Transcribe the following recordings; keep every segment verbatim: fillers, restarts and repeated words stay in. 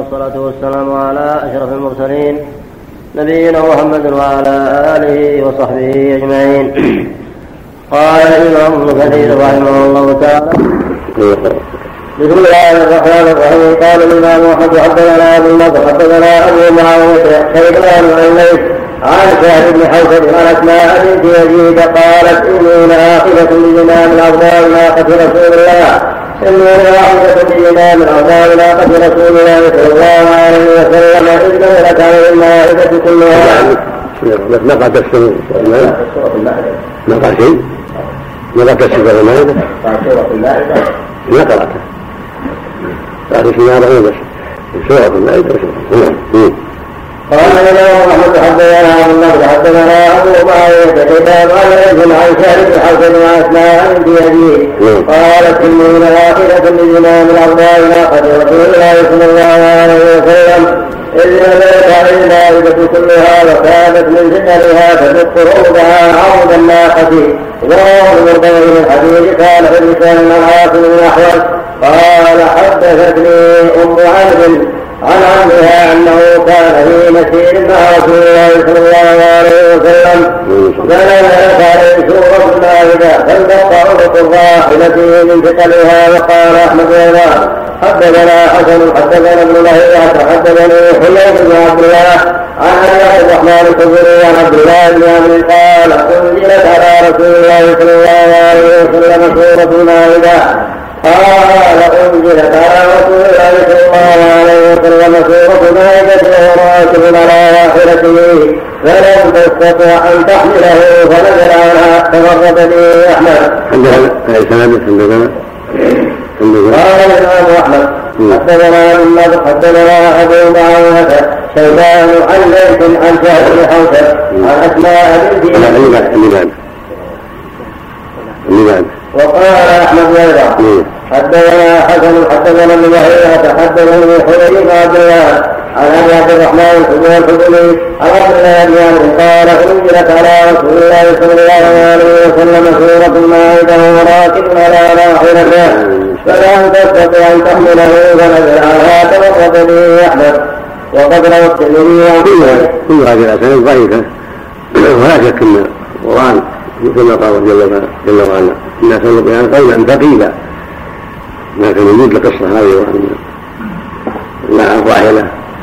والصلاة والسلام على أشرف المرسلين نبينا محمد وعلى آله وصحبه أجمعين. قال الإمام ابن كثير رحمه الله تعالى: بسم الله الرحمن الرحيم. قال الإمام أحمد: حدثنا أبو النضر حدثنا أبو معاوية شيبان عن ليث عن سهل بن حوشب عن أسماء بنت يزيد قالت: إني لآخذة بزمام الأغضاء ناقة رسول الله إني لآخذة بزمام الأغضاء ناقة رسول الله صلى الله عليه وسلم إذ نزلت عليه المائدة كلها. ما قد تسر ما قال شيء ما قد تسر المائدة ما قرأته قال بسم الله الرحمن الرحيم سورة المائدة. قال الإمام أحمد: حدثنا أبو النضر حدثنا أبو معاوية شيبان عن ليث عن سهل بن حوشب وأسماء بنت يزيد قالت: إني لآخذة بزمام الأغضاء ناقة رسول الله صلى الله عليه وسلم إذ نزلت عليه المائدة كلها وكانت من ثمرها تدق رؤوسها عرض الناقة. رواه مرتضى بن الحديث كان في اللسان العاصم بن أحوال قال: حدثتني أم عبد عن عمها أنه كان في مسير مع رسول الله صلى الله عليه وسلم فنزلت عليه سورة المائدة فانبط عنق الراحلة من ثقلها. وقال أحمد: أيضا حدثنا حسن حدثنا ابن لهيعة حدثني حليم بن عبد الله عن أبي الرحمن الخزري عن عبد الله بن عمرو قال: أنزلت على رسول الله صلى الله عليه وسلم سورة المائدة. قال: أنزلت على رسول الله صلى الله عليه وسلم سورة المائدة وهو راكب على راحلته فلم تستطع أن تحمله فنزل عنها. تفرد به أحمد. قال الإمام أحمد: حدثنا أبو النضر حدثنا أبو معاوية شيبان عن ليث عن سهل بن حوشب عن أسماء بنت يزيد. وقال أحمد: أيضا حدثنا حسن حدثنا ابن لهيعة حدثني حليم بن عبد الله عن أبي عبد الرحمن الخزري عن عبد الله بن عمرو قال: أنزلت على رسول الله صلى الله عليه وسلم سورة المائدة وهو راكب على راحلته فلم تستطع أن تحمله فنزل عنها. تفرد به أحمد. وقد روى الترمذي كل هذه الأسانيد ضعيفة ولا شك أن القرآن كما قال جل وعلا: الناس القرآن قولا ثقيلا. لكن وجود القصة هذه وأن لا الراحلة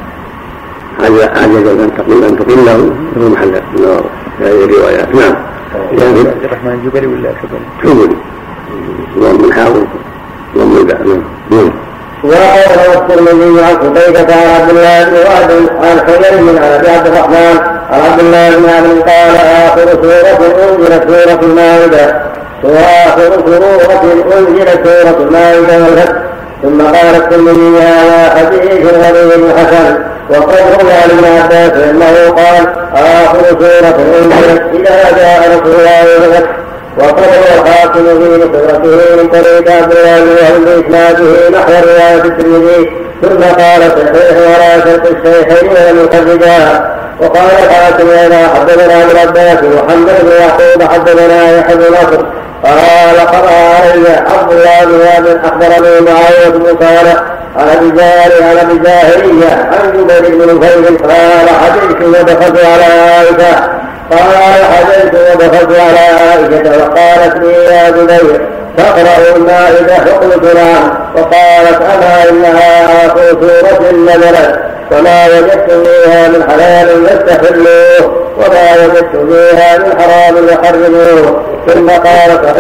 عجز أن تقل له هو محل النظر في هذه الروايات. نعم. عبد الرحمن الجبري ولا حبري؟ حبري اللهم نحاول اللهم ندع. نعم. وقال الترمذي عن قتيبة عن عبد الله بن وهب عن حليم عن أبي عبد الرحمن عن عبد الله بن عمرو قال: آخر سورة أنزلت سورة المائدة وآخر سورة أنزلت سورة المائدة والفتح. ثم قال الترمذي: هذا حديث غريب حسن. وقد روى عن ابن عباس انه قال: آخر سورة أنزلت إذا جاء رسول الله والفتح. وقد روى الحاكم في نصرته من طريق عبد الله وهو بإسناده نحو رواية الترمذي. ثم قال: صحيح ولا شرط الشيخين ولم يخرجاها. وقال الحاكم: إذا حدثنا ابن عباس محمد بن يعقوب حدثنا يحيى بن نصر قال: قرأ علي عبد الله بن وهب أخبرني معاوية بن صالح عن أبي عن أبي زاهرية عن جبير بن نفيل قال: حدثت ودخلت على عائشة قال: حدثت ودخلت على عائشة وقالت لي: يا جبير تقرأ المائدة؟ فقلت: نعم. وقالت: أما إنها آخر سورة نزلت وما وجدت فيها من حلال يستحلوه وما وجدت فيها من حرام يحرموه. ثم قالت: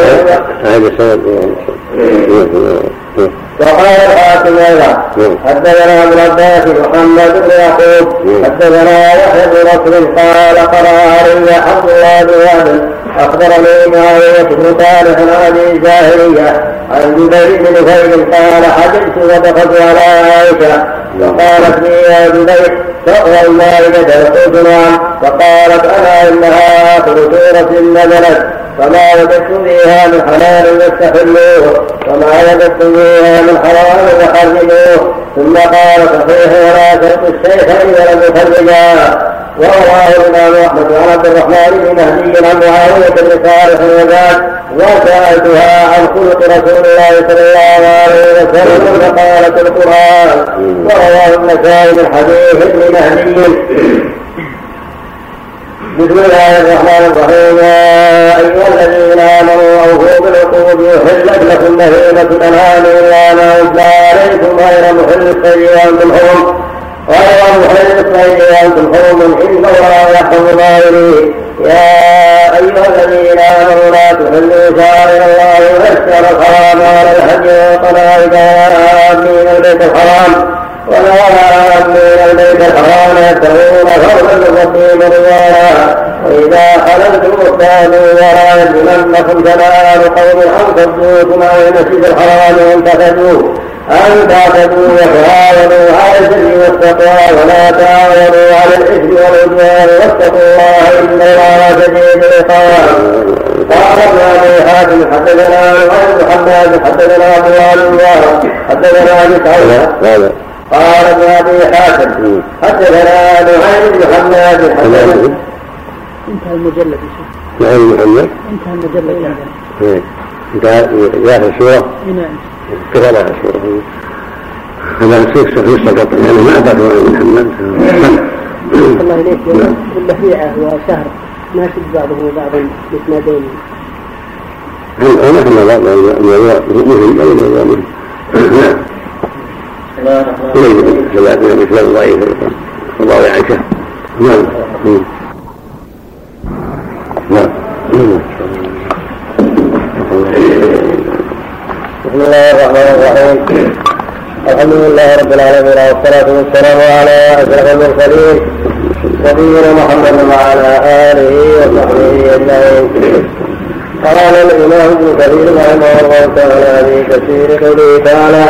وقال الحاكم: أيضا حدثنا ابن عباس محمد بن يعقوب حدثنا يحيى بن نصر قال: قرأ علي عبد الله بن وهب أخبرني معاوية بن صالح عن أبي زاهرية عن جبير بن نفيل قال: حدثت ودخلت على عائشة وقالت لي: يا جبير تقرأ المائدة؟ فقلت: نعم. وقالت: أنا إنها آخر سورة نزلت فما وجدت فيها من حلال يستحلوه وما وجدت فيها من حرام يحرموه. ثم قال: صحيح ولا شرط الشيخين ولم يخرجا. ورواه الإمام أحمد عن عبد الرحمن بن مهدي عن معاوية بن صالح وزاد وسألتها عن خلق رسول الله صلى الله عليه وسلم فقالت القرآن. ورواه النسائي من حديث ابن مهدي. بسم الله الرحمن الرحيم. يا أيها الذين آمنوا أوفوا بالعقود أحلت لكم بهيمة الأنعام إلا ما يتلى عليكم غير محل الصيد وأنتم حرم غير محل الصيد وأنتم حرم إن الله يحكم ما يريد. يا أيها الذين آمنوا لا تحلوا شعائر الله والشهر الحرام على الحج والقلائد آمين البيت الحرام ولا آمين البيت الحرام يبتغون فضلا من ربهم ورضوانا وإذا حللتم فاصطادوا ولا يجرمنكم شنآن قوم أن صدوكم عن المسجد الحرام أن تعتدوا أن تعتدوا وتعاونوا على البر والتقوى ولا تعاونوا على الإثم والعدوان واتقوا الله إن الله شديد العقاب. قال ابن أبي حاتم حدثنا نعيم بن حماد حدثنا عبد الله بن مبارك حدثنا أبي سعيد قال ابن أبي حاتم حدثنا نعيم بن حماد حدثنا انتهى المجلد نعيم بن حماد انتهى المجلد يعني انتهى يا أخي السورة كفى لها السورة هذا الشيخ شخص سقط يعني ما أتاك نعيم بن حماد الله إليك والبحيعة وشهر ما شد بعضه بعضا بإسنادين ونحن بعض الموضوع مهم أو الموضوع مهم نعم إليه سبعتنا مثل ضعيف وضعوا عائشة نعم نعم بسم الله الرحمن الرحيم. الحمد لله رب العالمين والصلاة والسلام على أشرف المرسلين نبينا محمد وعلى آله وصحبه أجمعين. قال الإمام ابن كثير رحمه الله تعالى في تفسير قوله تعالى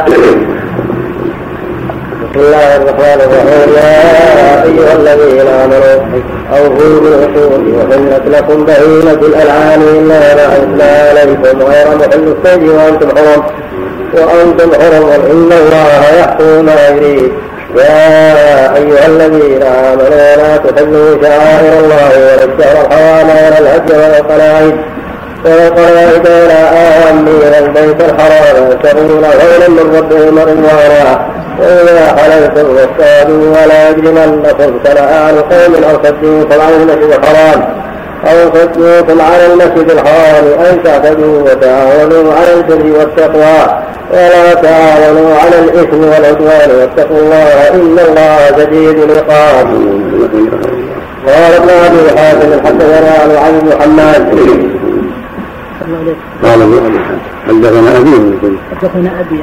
بسم الله الرحمن الرحيم. يا أيها الذين آمنوا أوفوا بالعقود وحلت لكم بهيمة الأنعام إلا ما يتلى عليكم غير محل الصيد وأنتم حرم وأنتم حرم إن الله يحكم ما يريد. يا أيها الذين آمنوا لا تحلوا شعائر الله والشهر الحرام ولا الهدي ولا القلائد والقلائد ولا آمين البيت الحرام يبتغون فضلا من ربهم ورضوانا وإذا حللتم فاصطادوا ولا يجرمنكم شنآن قوم أو صدوكم عن المسجد الحرام أو صدوكم عن المسجد الحرام أن تعتدوا وتعاونوا على البر والتقوى ولا تعاونوا على الإثم والعدوان واتقوا الله إن الله شديد العقاب. قال ابن أبي حاتم حدثنا عن بن حماد قال ابن أبي حاتم حدثنا أبي حدثنا أبي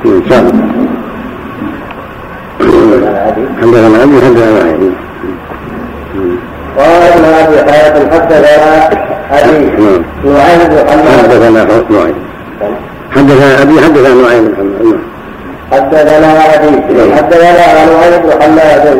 حدثنا أبي حدثنا أبي قال ابن أبي حاتم حدثنا أبي نعيم بن حماد حدثنا نعيم حدثنا أبي حدثنا نعيم بن حماد حدثنا أبي حدثنا نعيم بن حماد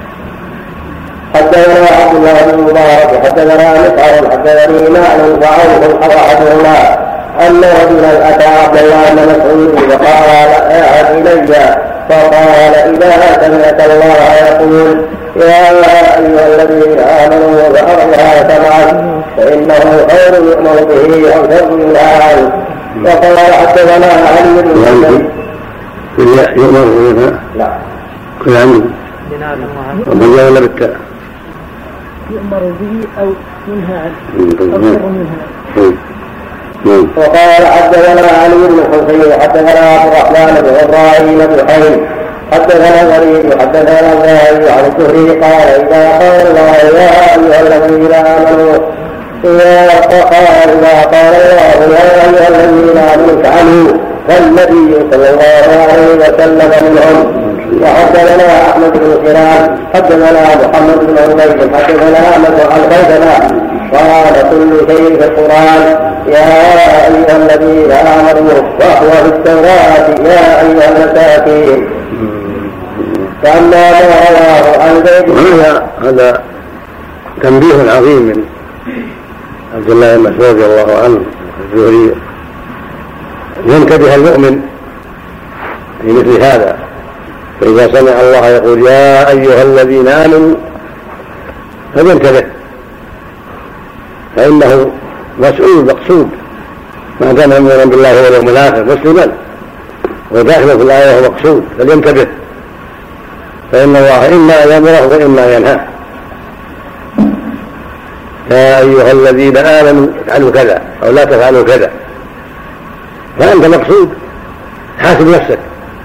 حدثنا عبد الله بن مبارك حدثنا مسعر حدثني معنى وعوف أحدهما أن رجلا أتى عبد الله بن مسعود وقال أعد إلي فقال إذا سمعت الله يقول يا أيها الذين آمنوا وظهر الله سمعا فإنه خير يؤمر به أو شر ينهى عنه. وقال حدثنا علي بن مسلم يؤمر به لا كل عنه ومن ولا بالتاء يؤمر به أو ينهى عنه أو شر منها. وقال حدثنا علي بن حسين حدثنا عبد الرحمن بن إبراهيم بن حي حدثنا الوليد حدثنا الزهري عن الزهري قال إذا قال الله يا أيها الذين آمنوا إذا قال إذا قال الله يا أيها الذين آمنوا افعلوا فالنبي صلى الله عليه وسلم منهم. وحدثنا أحمد بن سنان حدثنا محمد بن عبيد حدثنا أحمد عن بيتنا قال كل شيء في القرآن يا أيها الذين آمنوا وهو في التوراة يا أيها المساكين. فأما ما رواه عن زيد هذا تنبيه عظيم من عبد الله بن مسعود رضي الله عنه الزهري ينتبه المؤمن في مثل هذا فإذا سمع الله يقول يا أيها الذين آمنوا فلينتبه، فإنه مسؤول مقصود ما كان مؤمنا بالله واليوم الآخر مسلما وداخل في الآية وهو مقصود، فلينتبه، فإن الله إما أن يأمره وإما أن ينهاه. يا أيها الذين آمنوا افعلوا كذا أو لا تفعلوا كذا، فأنت مقصود، حاسب نفسك.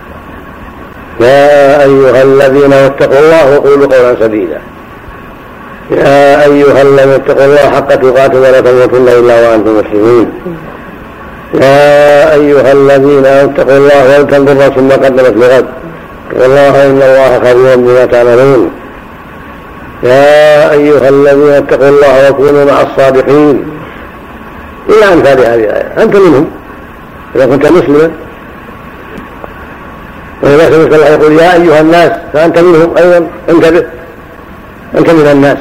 يا أيها الذين اتقوا الله وقولوا قولا سديدا، يا أيها الذين اتقوا الله حق تقاته ولا تموتن إلا وأنتم مسلمون. يا أيها الذين اتقوا الله ولتنظر نفس ما قدمت لغد والله إن الله خبير بما تعملون. يا أيها الذين اتقوا الله وكونوا مع الصادقين، إلى أمثال هذه الآية. أنت منهم إذا كنت مسلما، وإذا سمعت الله يقول يا أيها الناس فأنت منهم أيضا، انتبه، أنت من الناس.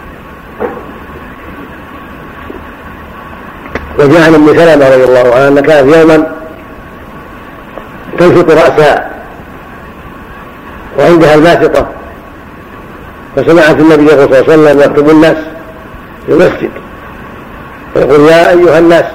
وجاء عن ام سلمة رضي الله عنها أن كانت يوما تنشط رأسها وعندها الباسطة، فسمعت النبي صلى الله عليه وسلم يخطب الناس في المسجد فيقول يا أيها الناس،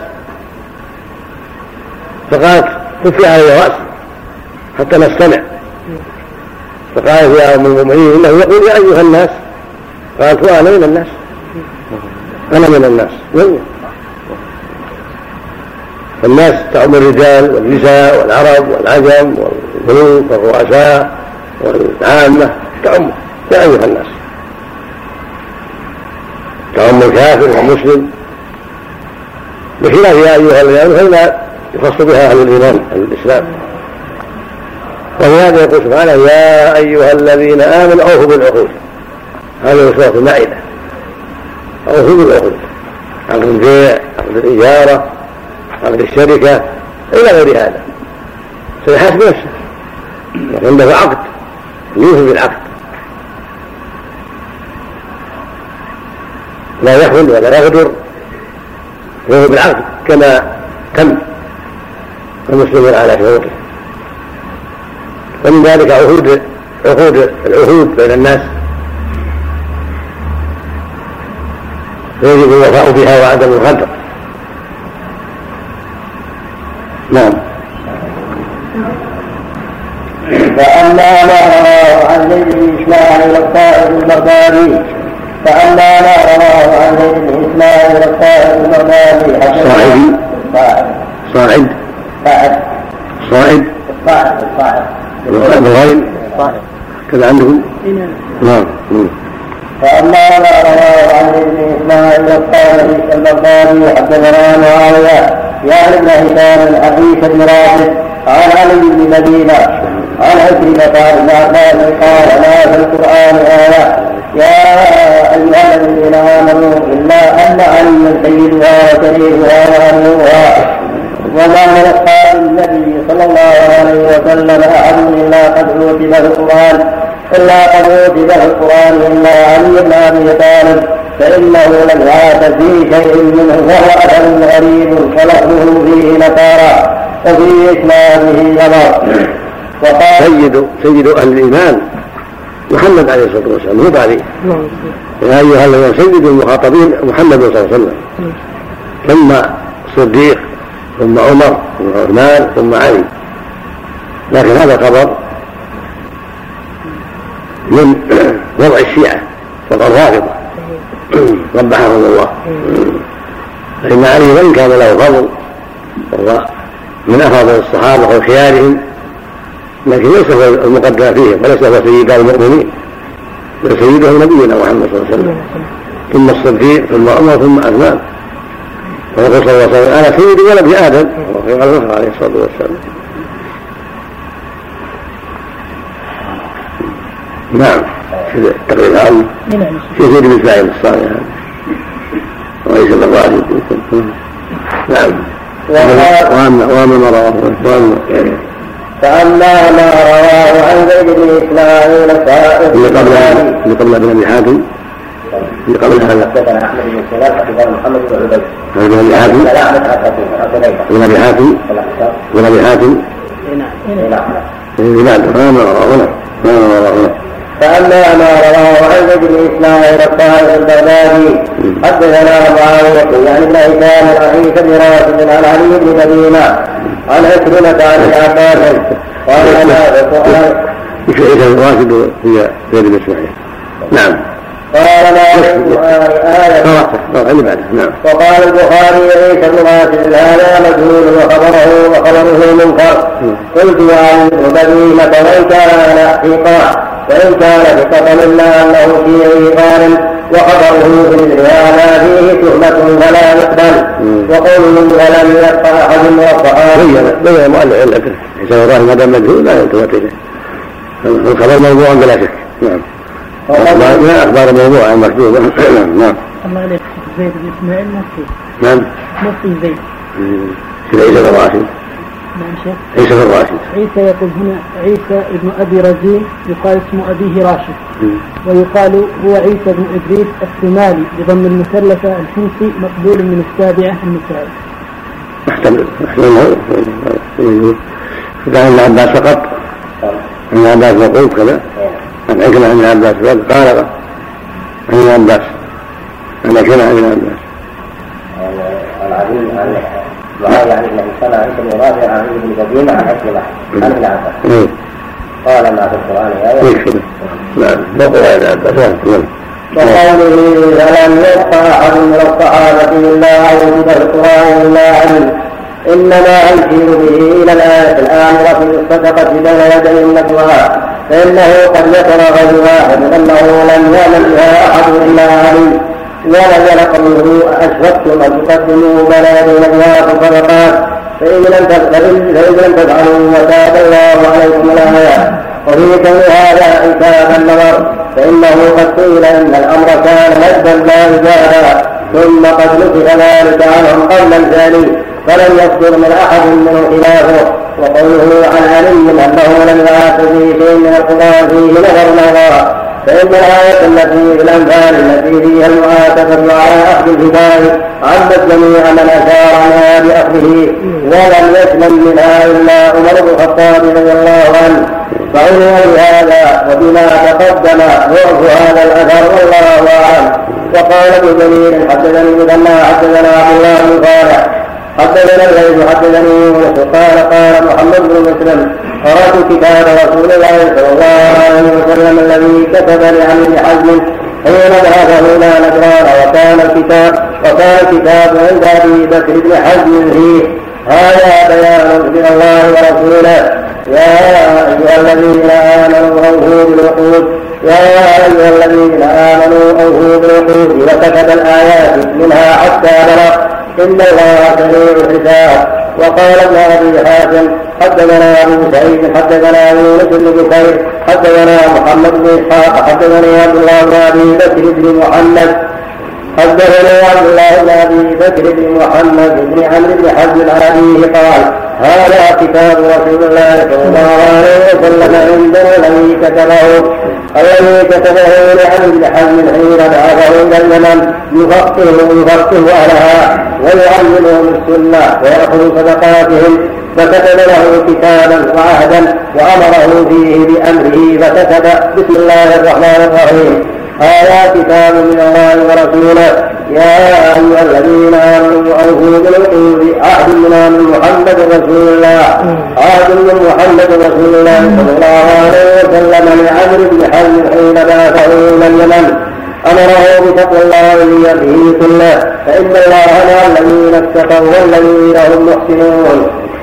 فقالت كفي علي رأسي حتى نستمع، فقالت يا أم المؤمنين إنه يقول يا أيها الناس، قالت وأنا من الناس، أنا من الناس. فالناس تعم الرجال والنساء والعرب والعجم والملوك والرؤساء والعامة، تعم يا أيها الناس، تعم الكافر والمسلم، بخلاف يا أيها الذين فإنما يخص بها أهل الإيمان أهل الإسلام. ولهذا يقول سبحانه يا أيها الذين آمنوا أوفوا بالعقود، هذا سورة المائدة، أوفوا بالعقود، عقد البيع، عقد الإجارة، عقد الشركة إلى غير هذا، سيحاسب نفسه عنده عقد يوفي بالعقد، لا يخل ولا يغدر، يوفي بالعقد كما تم المسلمون على شروطه. ومن ذلك عهود عقود العهود بين الناس يجب الوفاء بها وعدم الغدر. نعم. فأما ما رواه عن زيد بن إسماعيل الطائر البغدادي فأما ما رواه عن زيد بن إسماعيل الطائر البغدادي صاعد صاعد صاعد صاعد صاعد صاعد بالغين كذا عندهم. نعم. فأما ما رواه عن زيد بن إسماعيل الطائر البغدادي حدثنا معاوية يعني ابن هشام الحديث بن راشد عن علي بن مدينة عن عكرمة قال ابن عباس قال لا في القرآن آية يا أيها الذين آمنوا إلا أن عليا سيدها وشريفها وأميرها وما من أصحاب النبي صلى الله عليه وسلم أحد إلا قد أوتي له القرآن إلا قد أوتي له القرآن إلا علي بن أبي طالب فإنه لم يعد في شيء منه وهو أثر غريب فلفظه فيه نكارا وفي إسلامه نظر. سيد سيد أهل الإيمان محمد عليه الصلاة والسلام، مو عليه. يا أيها الذين سيدوا المخاطبين محمد صلى الله عليه وسلم، ثم الصديق ثم عمر ثم عثمان ثم علي. لكن هذا خبر من وضع الشيعة وضع الرافضة ربحهم الله. فإن علي وإن كان له فضل وهو من أفضل الصحابة وخيارهم، لكن ليس هو المقدم فيهم وليس هو سيد المؤمنين، بل سيده نبينا محمد صلى الله عليه وسلم، ثم الصديق ثم عمر ثم عثمان. ويقول صلى الله عليه وسلم أنا سيد ولد آدم عليه الصلاة والسلام. نعم. تقريبا عام في سيد بن إسماعيل الصالح وليس الراشد. نعم. وأما ما رواه فأما ما رواه عن زيد بن إسماعيل الطائر اللي قبل ابن أبي حاتم اللي قبل هذا حدثنا أحمد بن سلام حدثنا محمد بن عبيد ابن أبي حاتم ابن أبي حاتم ابن أبي حاتم فأما ما رواه عن محمد بن اسماعيل الطاهر البغدادي حدثنا معاويه يعني بن هشام عن عيسى بن راشد عن علي بن مدينه عن عكرمة عن عباس قال نافع مش عيسى بن راشد هي زيد بن اسماعيل. نعم. قال نافع آية نعم. وقال البخاري عيسى بن راشد هذا مجهول وخبره وخبره منكر. قلت وعن ابن مدينة وإن كان ثقة وإن كان ثقة إلا أنه شيعي قارن وخبره في هذا فيه تهمة فلا يقبل. وقوله ولم يبقى أحد من الصحابة بين مؤلف علته عيسى بن راشد هذا مجهول لا يلتفت إليه. الخبر موضوع بلا شك. نعم. ما أخبار موضوع مكتوبة. نعم. الله عليك زيد بن إسماعيل مفتي. نعم. مفتي زيد. سيد عيسى بن راشد. نعم شيخ. عيسى بن راشد. عيسى يقول هنا عيسى ابن أبي رزين يقال اسم أبيه راشد. ويقال هو عيسى بن إدريس الثمالي بضم المثلثة الحمصي مقبول من السابعة النسائي. محتمل. محتمل. كان ابن عباس فقط. ابن عباس يقول كذا. عن عكرمة عن عباس قال عن عباس عن عكرمة عن عباس العظيم عن معاوية عن ابن هشام عن عيسى بن راشد عن ابن مدينة عن عكرمة عن ابن عباس قال ما في القرآن آية. نعم. وقال عن عباس. وقوله فلم يبقى أحد من الصحابة إلا عوجب القرآن إلا علم إنما أشير به إلى الآية الآمرة بالصدقة بين يدي النجوى فإنه قد ذكر غير واحد أنه لم يعلم بها أحد إلا علي ونزل قوله أشركتم أن تقدموا بلاد نجواكم صدقات فإن لم تفعلوا وتاب الله عليكم الآية. وفي كون هذا إنكار النظر فإنه قد قيل إن الأمر كان مجدا لا إجابة ثم قد نسخ ذلك عنهم قبل الجالي فلم يصدر من أحد منه خلافه. وقوله عن علي أنه لم يعاقب في شيء من القرآن فيه نظر نظر فإن الآية التي في الأنفال التي فيها المعاتبة على أخذ الهداية عمت جميع من أشارنا بأخذه ولم يسلم منها إلا عمر بن الخطاب رضي الله عنه. فعلم بهذا وبما تقدم وعف هذا الأثر والله أعلم. وقال ابن جرير حدثني مثنى حدثنا عبد الله بن صالح حدثنا الليث حدثني يونس قال قال محمد بن مسلم قرأت كتاب رسول الله صلى الله عليه وسلم الذي كتب لعلي بن حزم حين ذهبه إلى نجران وكان الكتاب وكان الكتاب عند أبي بكر بن حزم فيه هذا بيان من الله ورسوله يا أيها الذين آمنوا أوفوا بالعقود يا أيها الذين آمنوا أوفوا بالعقود وكتب الآيات منها حتى بلغ إن الله سريع الحساب. وقال ابن أبي حاتم حدثنا أبو سعيد حدثنا يونس بن بكير حدثنا محمد بن إسحاق حدثنا عبد الله بن أبي بكر بن محمد حدثنا عبد الله بن أبي بكر بن محمد بن عمرو بن حزم عن أبيه قال هذا كتاب رسول الله صلى الله عليه وسلم عندنا الذي كتبه الذي كتبه لعلي بن حزم حين بعثه إلى اليمن يفقهه يفقه أهلها ويعلمهم السنة ويأخذ صدقاتهم فكتب له كتابا وعهدا وأمره فيه بأمره فكتب بسم الله الرحمن الرحيم هذا كتاب من الله ورسوله يا أيها الذين آمنوا أوفوا بالعقود عهد من محمد رسول الله عهد من محمد رسول الله صلى الله عليه وسلم لعمرو بن حزم حين بعثه إلى اليمن أمره بتقوى الله ليده كله فإن الله مع الذين اتقوا والذين هم محسنون.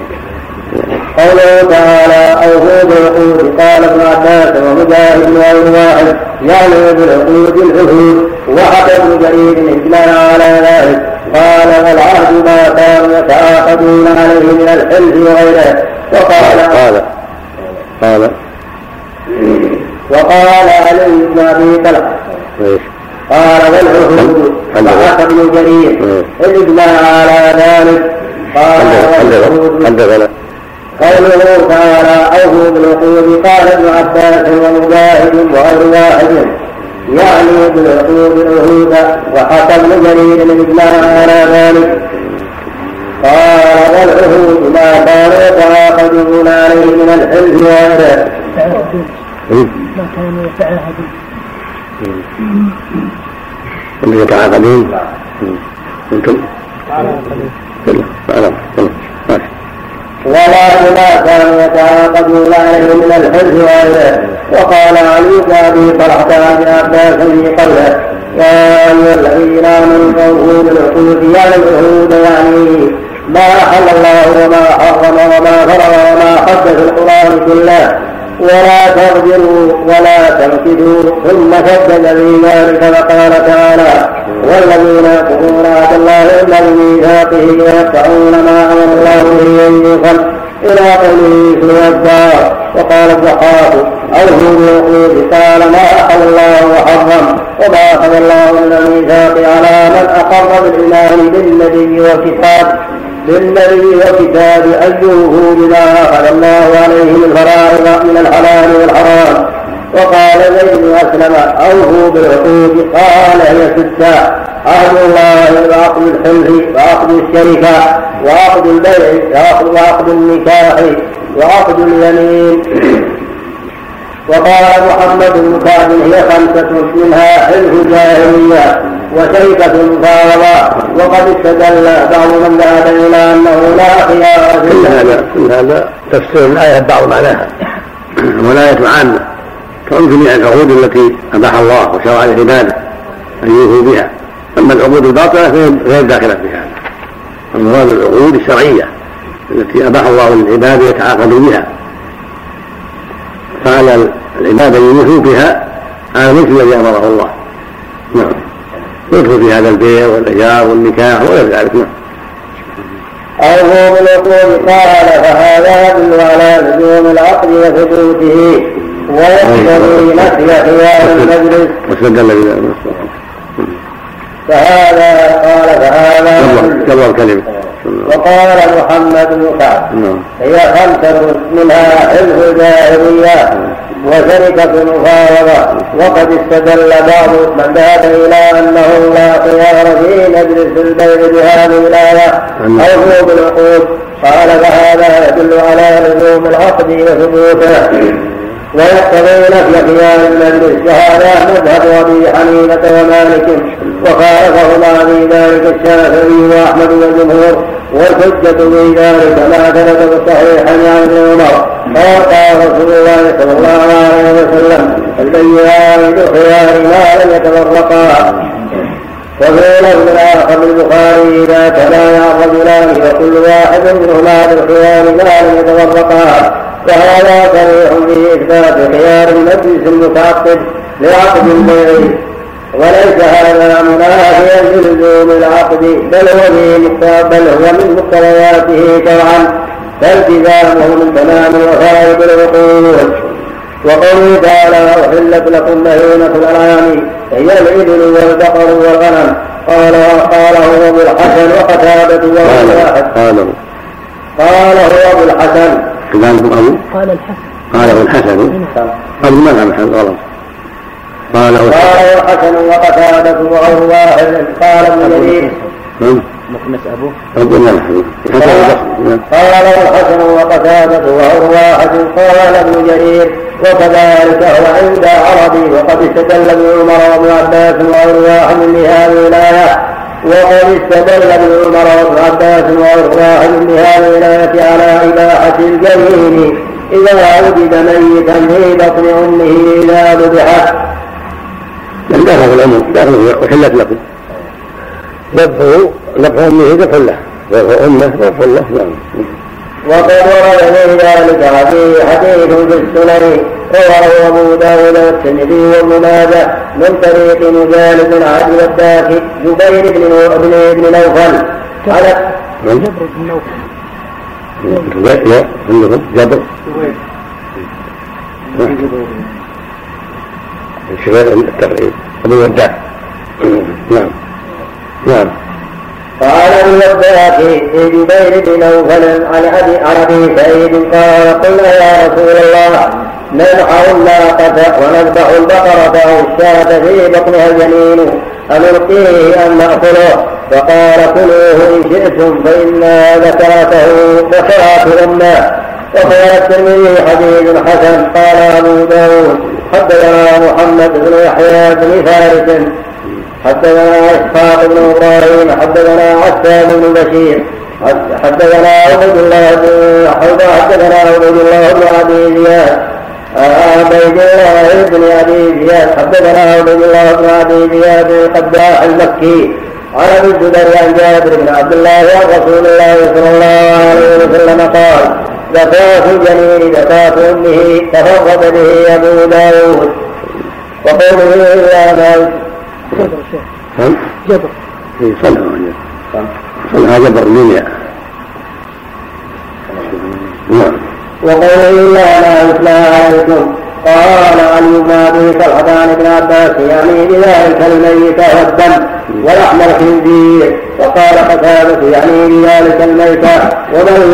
قوله تعالى أوفوا بالعقود قال ابن عباس ومجاهد وغير واحد يعني بالعقود العهود وحكى ابن جرير إجماع على ذلك قال والعهد ما كانوا يتعاقدون عليه من الحلف وغيره. وقال قال قال وقال علي بن أبي طلحة قال والعهود وحكى ابن جرير الإجماع على ذلك قال والعهود. قوله تعالى أوفوا بالعقود قال ابن عباس ومجاهد وغير واحد يعني بالعقود العهود وحكى ابن جرير الإجماع على ذلك قال والعهود ما كانوا يتعاقدون عليه من الحلف وغيره ما كانوا يتعاهدون اللي يتعاقدون انتم ولا بما كانوا يتعاقدون عليه من الحج وغيره. وقال علي بن ابي طلحه عن عباس في قوله يا ايها الذين امنوا اوفوا بالعقود يعني العهود يعني ما احل الله وما حرم وما فرض وما حد في القران كله ولا تغدروا ولا تنكدوا. ثم شدد في ذلك فقال تعالى والذين يقولون عهد الله الا بميثاقه ويقطعون ما امر الله به ان يوصل الى قوله سوى الدار. وقال الضحاك اوفوا بالعقود قال ما احل الله وحرم وما اخذ الله من الميثاق على من اقر بالايمان بالنبي والكتاب بالنبي وكتاب أن يوفوا بما أخذ الله عليه من الفرائض من الحلال والحرام. وقال زيد بن أسلم أوفوا بالعقود قال هي ستة عهد الله وعقد الحلف وعقد الشركة وعقد البيع وعقد النكاح وعقد اليمين. وقال محمد بن كعب هي خمسة منها حلف جاهلية وشركة مفاوضة. وقد استدل بعض من ذهب إلى أنه لا خيار كل هذا كل هذا تفسير الآية بعض معناها والآية عامة كون جميع العقود التي أباح الله وشرع لعباده أن يوفوا بها. أما العقود الباطلة غير داخلة في هذا. المراد العقود الشرعية التي أباح الله للعباد يتعاقدوا بها فعلى العباد أن يوفوا بها على مثل الذي أمره الله. نعم يدخل في هذا البيع والإيجار والنكاح وغير ذلك. نعم أوفوا بالعقود قال فهذا يدل على لزوم العقد وثبوته ويقتضي نفي خيار المجلس. واستدل بذلك فهذا قال فهذا كبر كلمة. وقال محمد بن كعب هي خمسة منها حلف جاهلية وشركة مفاوضة. وقد استدل بعض من ذهب إلى أنه لا خيار في مجلس البيع بهذه الآية أوفوا بالعقود قال فهذا يدل على لزوم العقد وثبوته ويقتضي نفي خيار المجلس. وهذا مذهب أبي حنيفة ومالك وخالفهما في ذلك الشافعي وأحمد والجمهور. والحجة في ذلك ما ثبت بالصحيح عن ابن عمر قال رسول الله صلى الله عليه وسلم البيعان بخيار ما لم يتفرقا. وفي لفظ آخر البخاري إذا تبايع الرجلان فكل واحد منهما بالخيار ما لم يتفرقا. وهذا صريح في إثبات خيار المجلس المتعقد لعقد البيع وليس هذا منافيا للزوم العقد بل هو من مقتضياته شرعا فالتزامه من تمام وفائد العقود. وقوله تعالى أحلت لكم بهيمة الأنعام هي الإبل والبقر والغنم قال قاله أبو الحسن وقتادة وهو واحد قاله أبو الحسن قال الحسن قاله الحسن قال ما هم الحسن غلط قاله الحسن وقتادة وهو واحد قال ابن جرير مخنس أبوه قال الحسن وقتادة وهو واحد قال ابن جرير وكذلك هو عند عربي. وقد استدل ابن عمر وابن عباس وغير واحد لهذه الآية وقد استدل ابن عمر وابن عباس وغير واحد لهذه الآية على إباحة الجنين إذا وجد ميتا في بطن أمه إذا ذبحت. دخل الأمر دخل وحلت لكم ذبحه ذبح أمه ذبح له ذبح أمه ذبح له. وقد ورد في ذلك حديث في السنن رواه أبو داود والترمذي وابن ماجه من طريق مجالد بن عبد الداخل جبير بن نوفل على جبر بن نوفل لا عندهم جبر شباب التقريب أبو وداع. نعم نعم قال الوفاة في جبير بن نوفل عن أبي سعيد قال قلنا يا رسول الله نذبح الناقة ونذبح البقرة أو الشاة في بطنها الجنين أنلقيه أم نأكله؟ فقال كلوه إن شئتم فإن ذكرته ذكرات أمه. وقال الترمذي حديث حسن. قال أبو داود حدثنا محمد بن يحيى بن فارس حدثنا إسحاق بن إبراهيم حدثنا عتاب بن بشير حدثنا عبد الله بن حدثنا عبد الله بن أبي زياد عبيد الله بن أبي زياد حدثنا عبد الله بن أبي زياد القداح المكي عن أبي الزبير عن جابر بن عبد الله عن رسول الله صلى الله عليه وسلم قال: زكاة الجنين زكاة أمه تفرد به أبو داود. وقوله إلا ما جبر صنع جبر منيا. وقوله إلا ما يتلى عليكم. قال علي بن أبي طلحة بن عباس يعني بذلك الميت والدم ولحم الخنزير. وقال قتادة يعني بذلك الميت ومن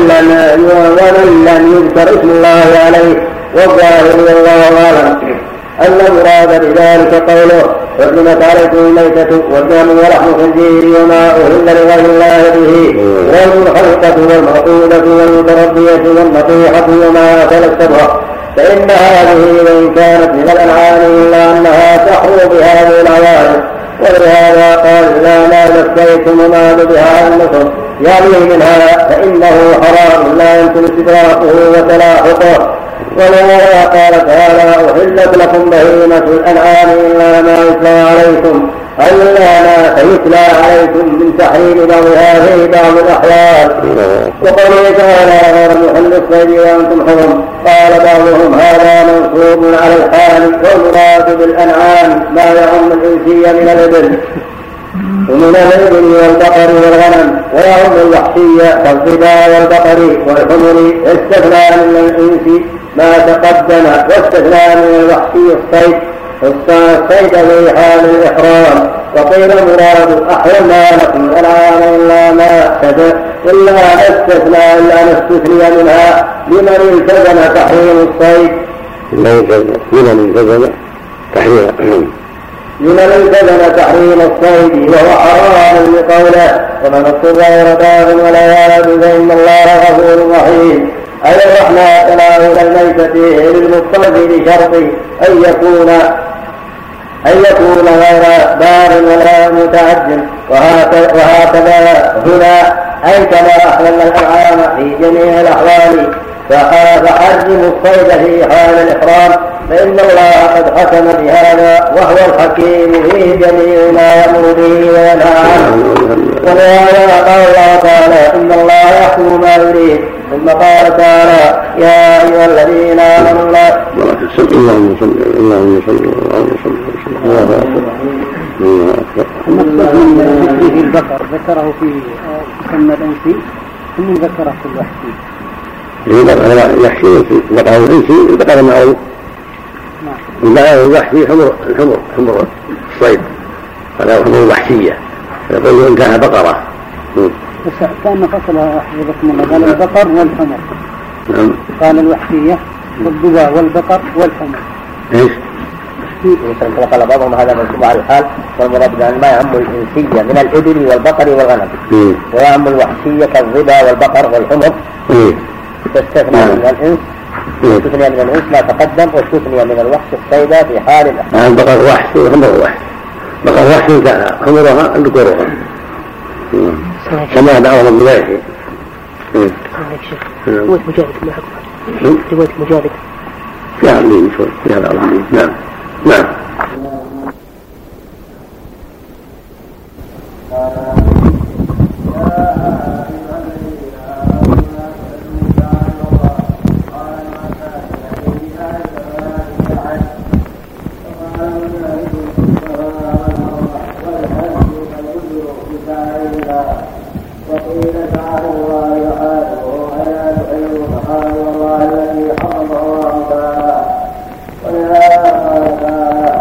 لم يذكر اسم الله عليه. والظاهر والله أعلم أن المراد بذلك قوله: حرمت عليكم الميتة والدم ولحم الخنزير وما أهل لغير الله به والمنخلقة والمعقودة والمتردية والنطيحة وما أكل السبع، فإن هذه وإن كانت من الأنعام إلا أنها تحرم بهذه العوارض. ولهذا قال: إذا ما ذكيتم وما ذبح عن النصر يعني منها فإنه حرام لا يمكن استدراكه وتلاحقه. ولهذا قال تعالى: أحلت لكم بهيمة الأنعام إلا ما يتلى عليكم إلا ما سيتلى عليكم من تحريم بعضها في بعض الأحوال. وقوله تعالى: غير محل الصيد وأنتم حرم. قال بعضهم: هذا منصوب على الحال والمراد بالأنعام ما يعم الإنسية من الإبل ومن الإبل والبقر والغنم، ويعم الوحشية كالظباء والبقر والحمر. استثنى من الإنس ما تقدم واستثنى من الوحشي الصيد الصيد في حال الإحرام. وقيل مراد: أحرمنا لكم الأنعام إلا ما إلا ما استثنى إلا ما استثني منها لمن التزم تحريم الصيد لمن التزم تحريم لمن التزم تحريم الصيد وهو حرام لقوله: ومن اضطر غير باغ ولا عاد فإن الله غفور رحيم. أي رحمة تناول الميتة للمضطر بشرط أن يكون أن يكون غير بار ولا متعد. وهكذا هنا أي كما أحلل الأنعام في جميع الأحوال فحرم الصيد في حال الإحرام، فإن الله قد حكم بهذا وهو الحكيم في جميع ما يأمر به وينهى عنه. ولهذا قال الله تعالى: إن الله يحكم ما يريد. ثم قال تعالى: يا أيها الذين آمنوا لا اللهم صل اللهم صل اللهم صل الله أكبر. المقصود من ذكره البقر ذكره في مسمى الأنسي ثم ذكره في الوحشي. الوحشي البقر الأنسي البقر معروف. الوحشي حمر الحمر حمر الصيد هذا حمر الوحشية يقول إن كان بقرة. بس كان فصلها حفظكم الله قال البقر والحمر. نعم. قال الوحشية والضباء والبقر والحمر. ايش؟ قال بعضهم هذا منصوب على الحال والمراد بأن ما يعم الإنسية من الإبل والبقر والغنم ويعم الوحشية كالضباء والبقر والحمر. تستثنى من الإنس واستثنى من الإنس ما تقدم واستثنى من الوحش الصيد في حال الإحرام. البقر وحش والحمر وحش. بقر وحش كان حمرها ذكورها كما دعوهم بذلك. رواية مجالد ما حكمها؟ رواية مجالد فيها علمين شوي فيها علمين. نعم نعم. الله الذي حرمه الله تعالى. ولهذا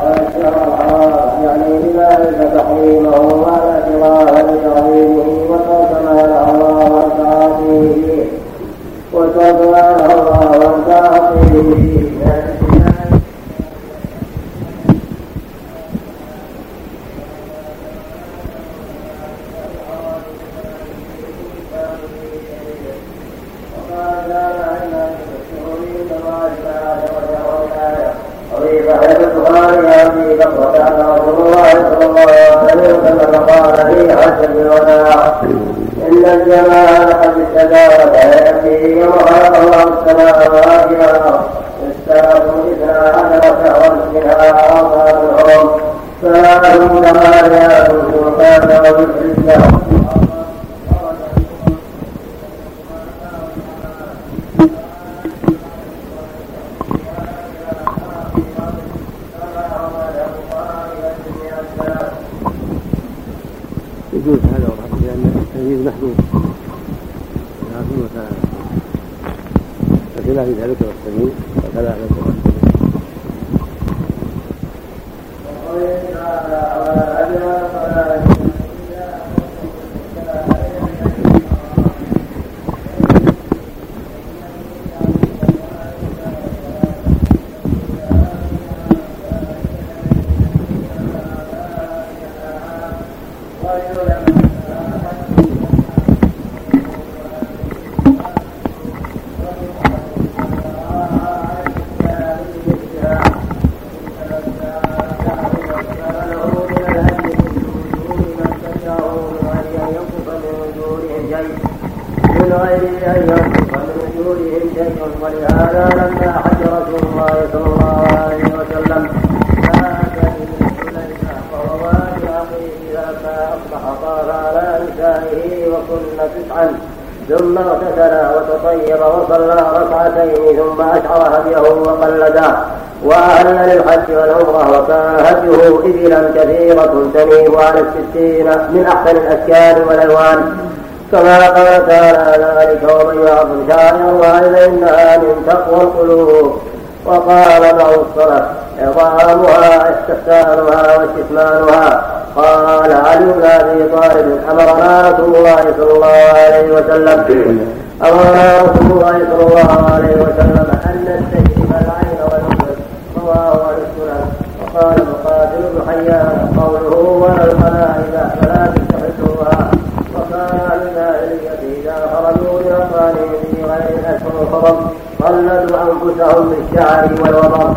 قال في حجة الوداع إن الجمال قد استدار فيأتي يوم خلق الله السماوات والأرض الساعة إثنا عشر شهرا منها أربعة حرم ثلاث ثمانيات سلطان وبالحجة يجوز هذا والعكس لأن التمييز محدود لكن مثلا الخلاف في ذلك والتمييز فلا يكون ولهذا لما حج رسول الله صلى الله عليه وسلم ذات إليها وهو والي أخيه لما أصبح طاف على نسائه وكن تسعا ثم اغتسل وتطيب وصلى ركعتين ثم أشعر هديه وقلده وأهل للحج والعمرة وكان هديه إبلا كثيرة تنيب على الستين من أحسن الأشكال والألوان كما قال تعالى ذلك ومن يعظم شعائر الله فإنها من تقوى القلوب. وقال بعض السلف إطعامها استحسانها واستثمانها. قال علي بن أبي طالب أمرنا رسول الله صلى الله عليه وسلم أمرنا رسول الله صلى الله عليه وسلم أن نستجيب العين والأذن رواه عن السنن. وقال مقاتل بن حيان قوله ولا القلائد فلا تستحسوها. وكان الجاهلية إذا خرجوا لأطفالهم في غير الأشهر الحرم قلدوا أنفسهم بالشعر والوبر.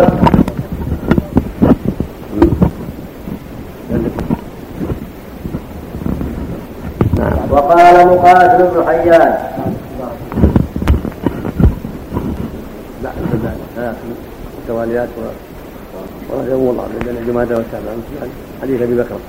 وقال مقاتل بن حيان لا لا التواليات ويوم الله بين الجمادى والشعبان حديث أبي بكر.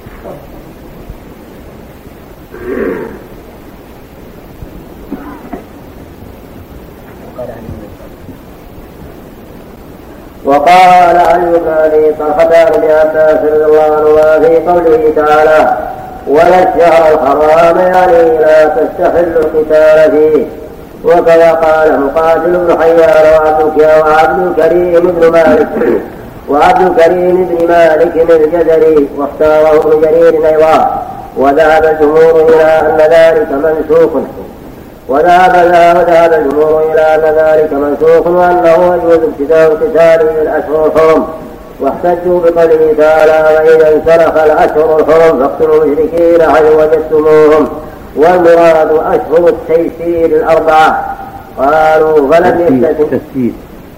وقال علي بن ابي طلحه بن عباس رضي الله عنهما في قوله تعالى ولا الشهر الحرام يعني لا تستحل القتال فيه. وكذا قال مقاتل بن حيان وعبد الكريم بن مالك وعبد الكريم بن مالك الجزري واختاره ابن جرير ايضا. وذهب الجمهور الى ان ذلك منسوخ وذهب وذهب الجمهور إلى أن ذلك منسوخ وأنه يجوز ابتداء القتال في الأشهر الحرم. واحتجوا بقوله تعالى وإذا انسلخ الأشهر الحرم فاقتلوا المشركين حيث وجدتموهم والمراد أشهر التيسير الأربعة. قالوا فلم يستثن تسيير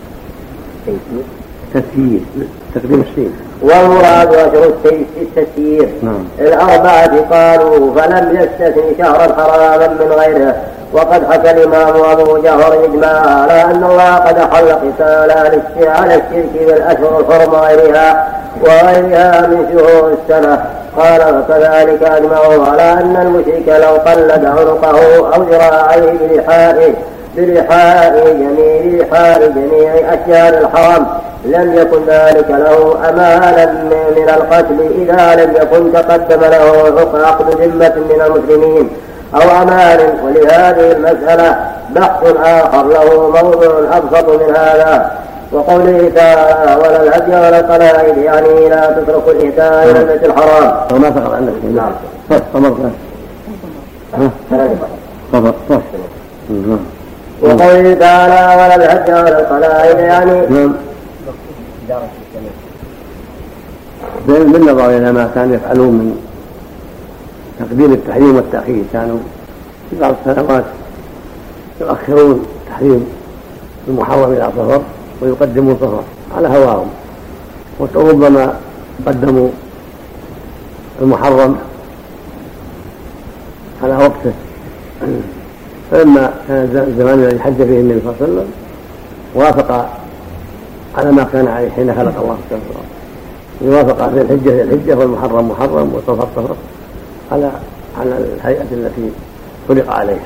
تسيير تقديم الشيء والمراد أشهر التسيير الأربعة. قالوا فلم يستثن شهرا حراما من غيره. وقد حكى الإمام أبو جعفر إجماع على أن الله قد حل قتال على الشرك بالأشهر الحرم وغيرها وغيرها من شهور السنة. قال فكذلك أجمعوا على أن المشرك لو قلد عنقه أو ذراعيه بلحاء بلحاء جميع لحاء جميع أشجار الحرم لم يكن ذلك له أمانا من القتل إذا لم يكن تقدم له عقد ذمة من المسلمين أو أمان. ولهذه المسألة بحث آخر له موضوع أبسط من هذا. وقوله تعالى ولا الهدي ولا القلائد يعني لا تتركوا الإهداء إلى البيت الحرام. وما فقط عندك نعم وقوله تعالى ولا الهدي ولا القلائد يعني بالنظر إلى ما كانوا يفعلون من تقديم التحريم والتأخير كانوا في بعض السنوات يؤخرون تحريم المحرم إلى صفر ويقدمون صفر على هواهم وربما قدموا المحرم على وقته. فلما كان الزمان الذي حج فيه النبي صلى الله عليه وسلم وافق على ما كان عليه حين خلق الله سبحانه وتعالى، وافق ذي الحجة ذي الحجة والمحرم محرم والصفر صفر على على الهيئة التي خلق عليها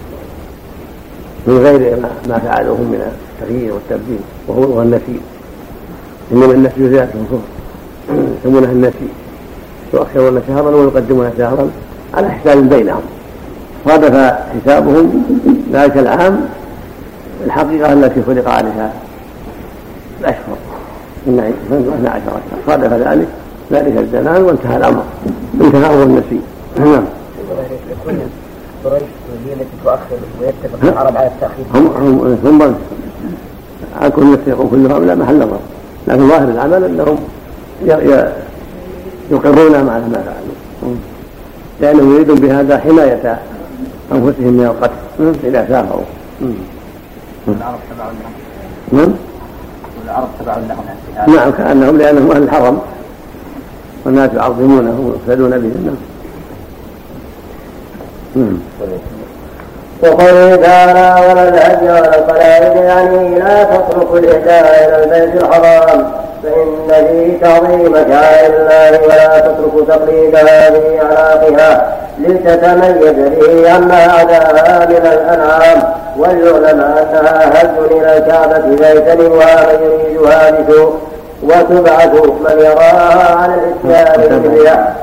من غير ما فعلوه من التغيير والتبديل وهو النسي. إنما النسي زيادة الكفر يسمونها النسي، يؤخرون شهرا ويقدمون شهرا على حساب بينهم، صادف حسابهم ذلك العام الحقيقة التي خلق عليها الأشهر من اثنا عشر شهرا، صادف ذلك ذلك الزمان وانتهى الأمر، انتهى أمر النسي. نعم. قريش هي التي تؤخر ويتفق العرب على التأخير. هم هم هم على كل يتفقون كلهم لا محل نظر، لكن ظاهر العمل أنهم يقرون على ما فعلوا، لأنهم يريدون بهذا حماية أنفسهم من القتل إذا سافروا. والعرب تبع لهم. نعم. والعرب تبع لهم. نعم كأنهم لأنهم أهل الحرم والناس يعظمونه ويقتدون به. نعم. وقل تعالى ولا الحج ولا القلائد يعني لا تتركوا الإهداء إلى البيت الحرام فإن فيه تعظيم شعائر الله ولا تتركوا تقليد هذه أعناقها لتتميز به عما عداها من الأنعام، وليعلم أنها هج إلى الكعبة فيجتنبها من يريدها بسوء وتبعث من يراها على الإتيان بها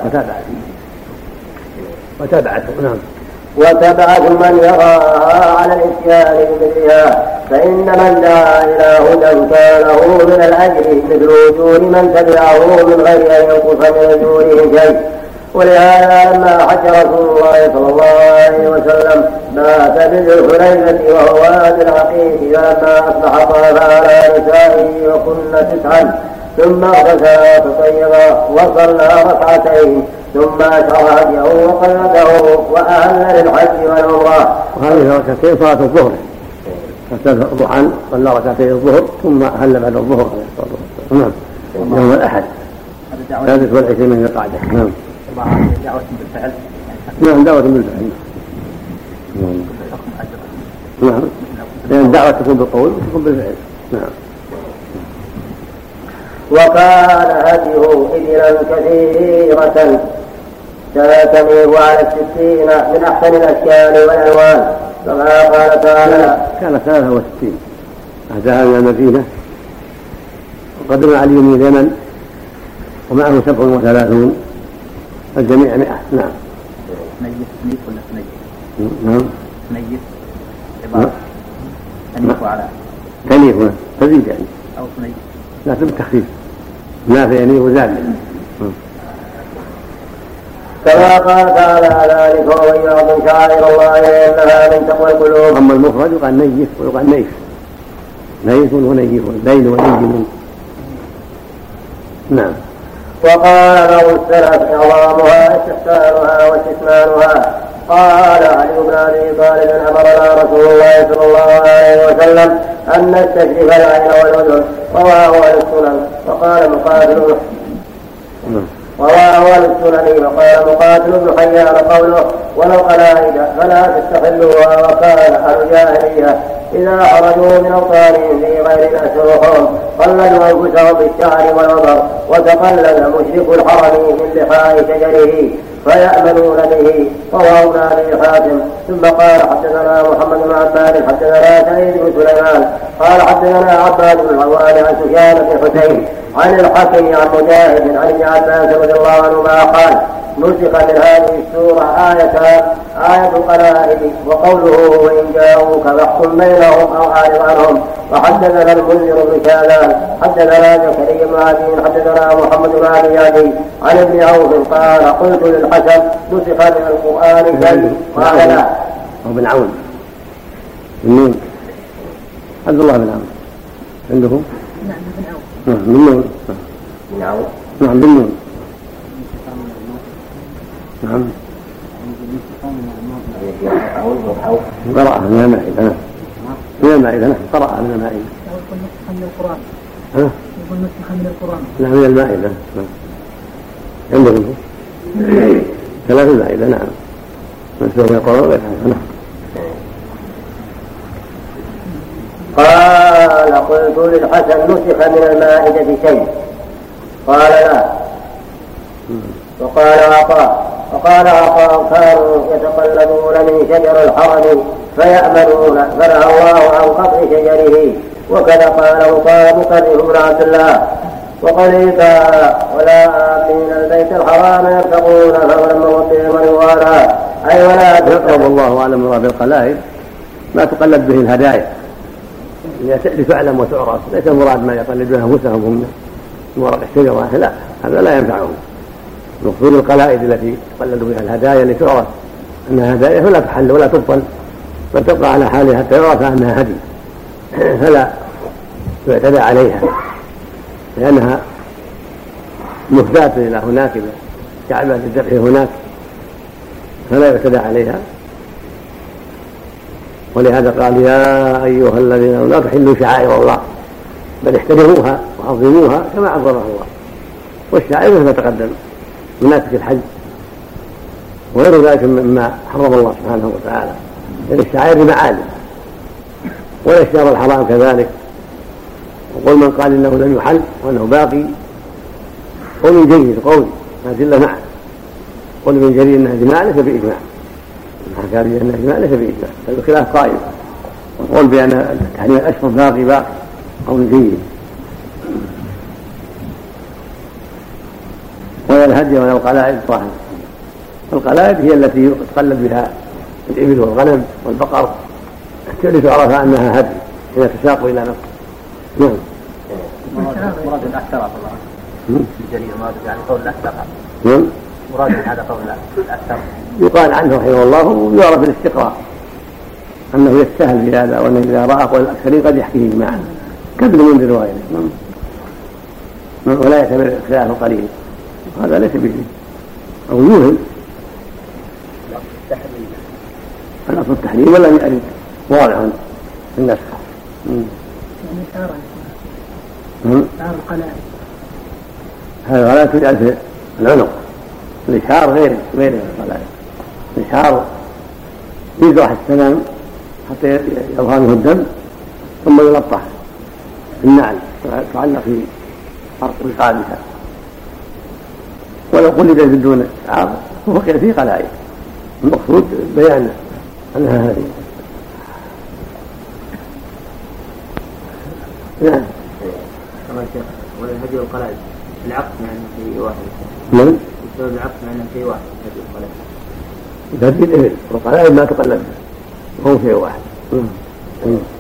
وتبعث نعم وتبعث من يراها على الإتيان بمثلها، فإن من دعا إلى هدى كان له من الأجر مثل أجور من تبعه من غير أن ينقص من أجورهم شيء. ولهذا لما حج رسول الله صلى الله عليه وسلم مات بذي الحليفة وهو واد العقيق، فلما أصبح طاف على نسائه وكن تسعا ثم اغتسل فطيبا وصلى ركعتين ثم أشعر هديه وقلده وأهل للحج والعمرة. وهذه ركعتين صلاة الظهر، ضحى صلى ركعتين الظهر ثم أهل بعد الظهر عليه الصلاة والسلام. نعم يوم الأحد الثالث والعشرين من القعدة. نعم. دعوة بالفعل. نعم دعوة بالفعل. نعم لأن الدعوة تكون بالقول وتكون بالفعل. نعم. وكان هديه إبلا كثيرة تميل على الستين من أحسن الأشكال والألوان، كما قال تعالى كان ثلاثة وستين أهداها من المدينة وقدم علي من اليمن ومعه سبع وثلاثون الجميع مئة. نعم. نيف نيف ولا نيف؟ نعم. نيف عبارة نيف على تنيف هنا تزيد يعني أو نيف لا بالتخفيف نافع يعني وزاد. كما قال تعالى ذلك ومن يعظم شعائر الله إنها من تقوى القلوب. أما المفرد يقال نيف ويقال نيف، نيف ونيف بين ونيف. نعم. وقال بعض السلف إعظامها استحسانها واستثمانها. قال علي بن أبي طالب أمرنا رسول الله صلى الله عليه وسلم أن نستشرف العين والأذن، رواه أهل السنن. وقال مقاتل رواه أهل السنن وقال مقاتل بن حيان قوله ولو قلائد فلا تستخلوها. وكان أهل الجاهلية إذا خرجوا من أوطانهم في غير الأشهر الحرم قلدوا أنفسهم بالشعر والوبر، وتقلد مشرك الحرم من لحاء شجره فيأمنون به. رواه ابن أبي حاتم. ثم قال حدثنا محمد بن عباد حدثنا سعيد بن سليمان قال حدثنا عباد بن العوان عن سفيان بن حسين عن الحكم عن مجاهد عن ابن عباس رضي الله عنهما قال نسخ من هذه السورة آيتان، آية القلائد وقوله وإن جاءوك فاحكم بينهم أو أعرض عنهم. وحدثنا المنذر بن شاذان حدثنا زكريا بن عدي حدثنا محمد بن علي عدي عن ابن عوف قال قلت للحسن نسخ من القرآن شيء قال لا. هو بن عون النون عبد الله بن عون عندهم. نعم بن عون. نعم بالنون. بن عون. نعم بالنون. نعم. قرأها من المائدة. من المائدة نحن قرأها من المائدة. يقول نسخ من القرآن. ها؟ يقول نسخ من القرآن. لا من المائدة. عندكم ثلاث المائدة. نعم. سوف يقرأ غير حسنة. قال قلت للحسن نسخ من المائدة شيء؟ قال لا. وقال عطاء وقال عطاء كانوا يتقلبون من شجر الحرم فيأمنون فنهى الله عن قطع شجره. وكذا قال مقرر بن عبد الله وقريبا ولا آمين البيت الحرام يبتغون فضلا من ربهم ورضوانا أي ولا يقرب الله أعلم مراد القلائد ما تقلد به الهدايا لتعلم وتعرف، ليس المراد ما يقلد بها أنفسهم هم من ورق الشجرة، لا هذا لا ينفعهم. مقصود القلائد التي تقلد بها الهدايا لتعرف أنها هدايا فلا تحل ولا تبطل بل تبقى على حالها حتى يعرف أنها هدي فلا يعتدى عليها لأنها مهداة إلى هناك كعبة الذبح هناك فلا يعتدى عليها. ولهذا قال يا أيها الذين لا تحلوا شعائر الله بل احترموها وعظموها كما عظمها الله. والشعائر مثل تقدم مناسك الحج وغير ذلك مما حرم الله سبحانه وتعالى، لأن الشعائر معالم والأشجار الحرام كذلك. وقل من قال إنه لم يحل وأنه باقي قول جيد قول هذه معه. قل من جرير أنها إجماع ليس بإجماع، حكى لي أنها إجماع ليس بإجماع، فالخلاف قائم. وقول بأن التحريم الأشهر باقي باقي قول جيد. ولا الهدي ولا القلائد صاحب. القلائد هي التي يتقلد بها الإبل والغنم والبقر لتعرف أنها هدي حين تساق إلى نفسه. نعم. مراد الأكثر الله الجليل مراد يعني قول الأكثر. نعم. مراد هذا قول الأكثر. يقال عنه رحمه الله ويعرف الاستقراء أنه يستاهل في هذا، وأنه إذا رأى قول الأكثرين قد يحكيه معا كابن منذر وغيره ولا يعتبر خلاف قليل. هذا ليس به أو يوهم الأصل التحريم ولا يأرد واضح في النسخ. يعني شعر شعر القلائد هذا ولا تجعل في العنق. الإشعار غير غير القلائد. الإشعار يجرح السنام حتى يظهر منه الدم ثم يلطح النعل تعلق في فرق رقابها. ولو قلد بدون إشعار فهو فيه قلائد. المقصود بيان أنها هذه. نعم. كما شيخ ولا الهدي والقلائد العقد يعني شيء واحد. نعم. بسبب العقد يعني شيء واحد الهدي والقلائد. الهدي الإبل والقلائد ما تقلد وهو شيء واحد.